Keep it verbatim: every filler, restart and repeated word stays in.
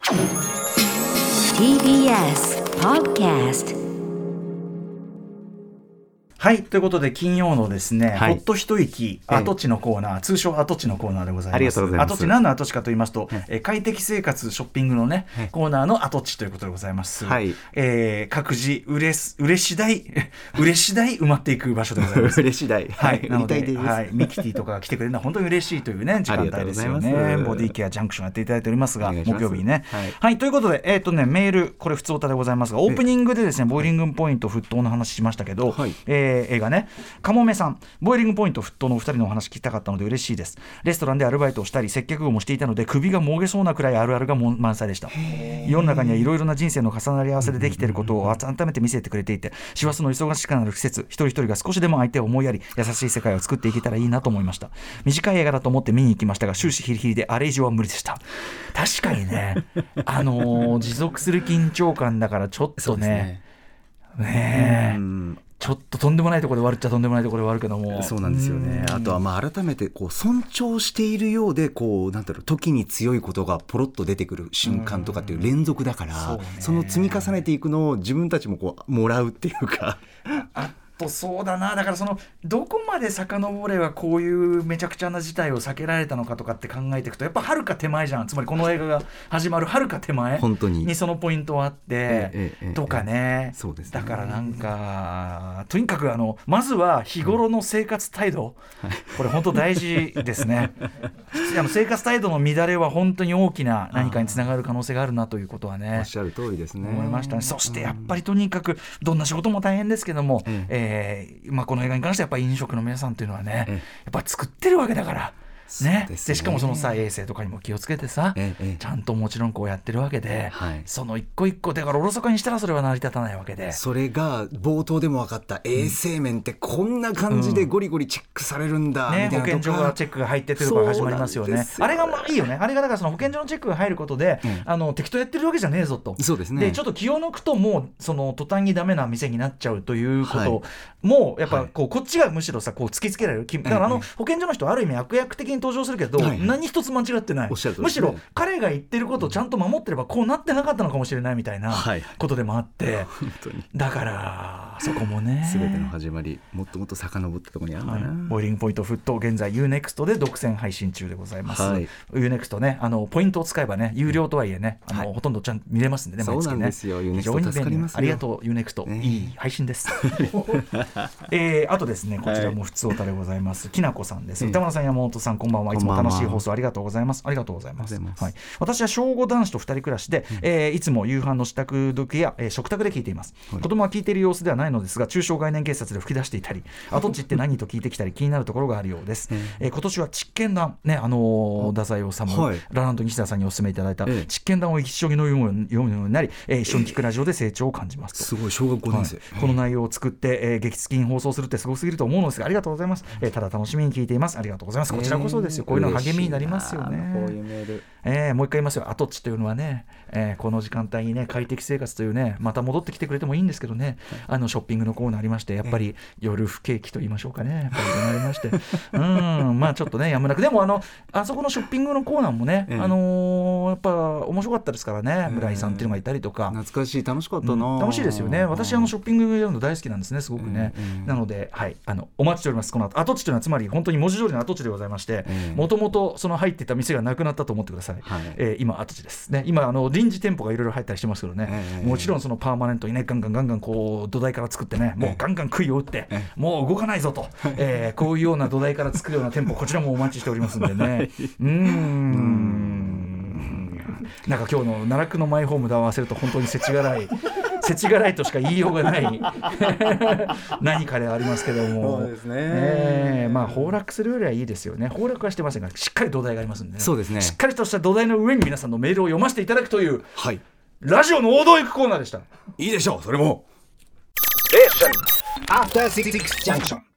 ティービーエス Podcast。 はい、ということで金曜のですね、 はい、 ほっと一息跡地のコーナー、えー、通称跡地のコーナーでございます。 ありがとうございます。 跡地、何の跡地かと言いますと、 はい、 えー、快適生活ショッピングのね、はい、コーナーの跡地ということでございます。はい、えー、各自うれす嬉しだい嬉しだい埋まっていく場所でございます。 嬉しだい、 はい、なので、はい、ミキティとかが来てくれるのは本当に嬉しいというね時間帯ですよね。ボディケアジャンクションやっていただいておりますが、木曜日にね、はい、はい、ということで、えーとね、メールこれ普通オタでございますが、オープニングでですねボイリングポイント沸騰の話しましたけど、はい、えー、映画ねカモメさん、ボイリングポイント沸騰のお二人のお話聞きたかったので嬉しいです。レストランでアルバイトをしたり接客業もしていたので首がもげそうなくらいあるあるが満載でした。世の中にはいろいろな人生の重なり合わせでできていることを改めて見せてくれていて、師走の忙しくなる季節、一人一人が少しでも相手を思いやり優しい世界を作っていけたらいいなと思いました。短い映画だと思って見に行きましたが終始ヒリヒリであれ以上は無理でした。確かにねあのー、持続する緊張感だからちょっとねねえ、うんちょっととんでもないところで終わるっちゃとんでもないところで終わるけども、 そうなんですよね。あとはまあ改めてこう尊重しているようでこうなんだろう時に強いことがポロッと出てくる瞬間とかっていう連続だから、 そ, その積み重ねていくのを自分たちもこうもらうっていうかあとそうだな、だからそのどこまで遡ればこういうめちゃくちゃな事態を避けられたのかとかって考えていくとやっぱはるか手前じゃん。つまりこの映画が始まるはるか手前本当ににそのポイントはあって、えええとかね、 そうですね。 だからなんかとにかくあのまずは日頃の生活態度、うん、これ本当大事ですねあの生活態度の乱れは本当に大きな何かにつながる可能性があるなということはねおっしゃる通りですね思いましたね。そしてやっぱりとにかくどんな仕事も大変ですけども、えええーまあ、この映画に関してはやっぱり飲食の皆さんというのはね、ええ、やっぱ作ってるわけだからね、でしかもそのさ衛生とかにも気をつけてさ、ええ、ちゃんともちろんこうやってるわけで、はい、その一個一個だからおろそかにしたらそれは成り立たないわけで、 それが冒頭でも分かった衛生面ってこんな感じでゴリゴリチェックされるんだ、うん、みたいな、 ね、保健所がチェックが入ってってるから始まりますよね。あれがまあいいよね。あれがだからその保健所のチェックが入ることで、うん、あの適当やってるわけじゃねえぞと。 そうですね。 でちょっと気を抜くともうその途端にダメな店になっちゃうということも、はい、やっぱこう、はい、こっちがむしろさこう突きつけられる。だからあの保健所の人はある意味悪役的に登場するけど、はい何一つ間違ってない、ね、むしろ彼が言ってることをちゃんと守ってればこうなってなかったのかもしれないみたいなことでもあって、はい、本当にだからそこもね全ての始まりもっともっと遡ったところにあるんだな、はい、 ボイリングポイント沸騰現在 ユーネクスト で独占配信中でございます、はい、ユーネクスト ねあのポイントを使えばね有料とはいえねあの、はい、ほとんどちゃんと見れますんでね毎月ね。 そうなんですよ。 ユーネクスト 助かりますよ。 ありがとう ユーネクスト、ね、いい配信ですえー、あとですねこちらも普通おたでございます、はい、きなこさんです。歌村さん山本さんこんばんは。いつも楽しい放送ありがとうございます。ありがとうございます。はい、私は小ご男子とふたり暮らしで、うんえー、いつも夕飯の支度時や、えー、食卓で聞いています、はい、子供は聞いている様子ではないのですが中小概念警察で吹き出していたり跡地って何と聞いてきたり気になるところがあるようです、えー、今年は実験談、ねあのー、太宰治、はい、ラランド西田さんにお勧めいただいた実験談を一緒に読むようになり、えー、一緒に聞くラジオで成長を感じますと。 すごい小学ごねん生、はい、 この内容を作って、えー、劇的に放送するってすごすぎると思うのですがありがとうございます、えー、ただ楽しみに聞いています。ありがとうございます。こちらこそですよ。こういうの励みになりますよね。 こういうメールえー、もう一回言いますよ。跡地というのはね、えー、この時間帯にね快適生活というねまた戻ってきてくれてもいいんですけどね、はい、あのショッピングのコーナーありましてやっぱり夜不景気と言いましょうかねやっぱりなりましてうんまあちょっとねやむなくでもあのあそこのショッピングのコーナーもね、えー、あのー、やっぱ面白かったですからね、えー、村井さんっていうのがいたりとか懐かしい楽しかったな、うん、 楽しいですよね。私あのショッピングやるの大好きなんですねすごくね、えー、なので、はい、あのお待ちしております。この後跡地というのはつまり本当に文字通りの跡地でございましてもともとその入っていた店がなくなったと思ってください、はいえー、今跡地ですね。今あの臨時店舗がいろいろ入ったりしてますけどね、えー、もちろんそのパーマネントにねガンガンガンガンこう土台から作ってねもうガンガン杭を打って、えー、もう動かないぞと、えー、こういうような土台から作るような店舗こちらもお待ちしておりますんでね、はい、うーんなんか今日の奈落のマイホームで合わせると本当に世知辛い世知辛いとしか言いようがない何かでありますけどもそうですね、 えー、まあ崩落するよりはいいですよね。崩落はしてませんがしっかり土台がありますんで、ね、 そうですね。 しっかりとした土台の上に皆さんのメールを読ませていただくという、はい、ラジオの王道行くコーナーでした。 いいでしょうそれも。 アフターシックスジャンクション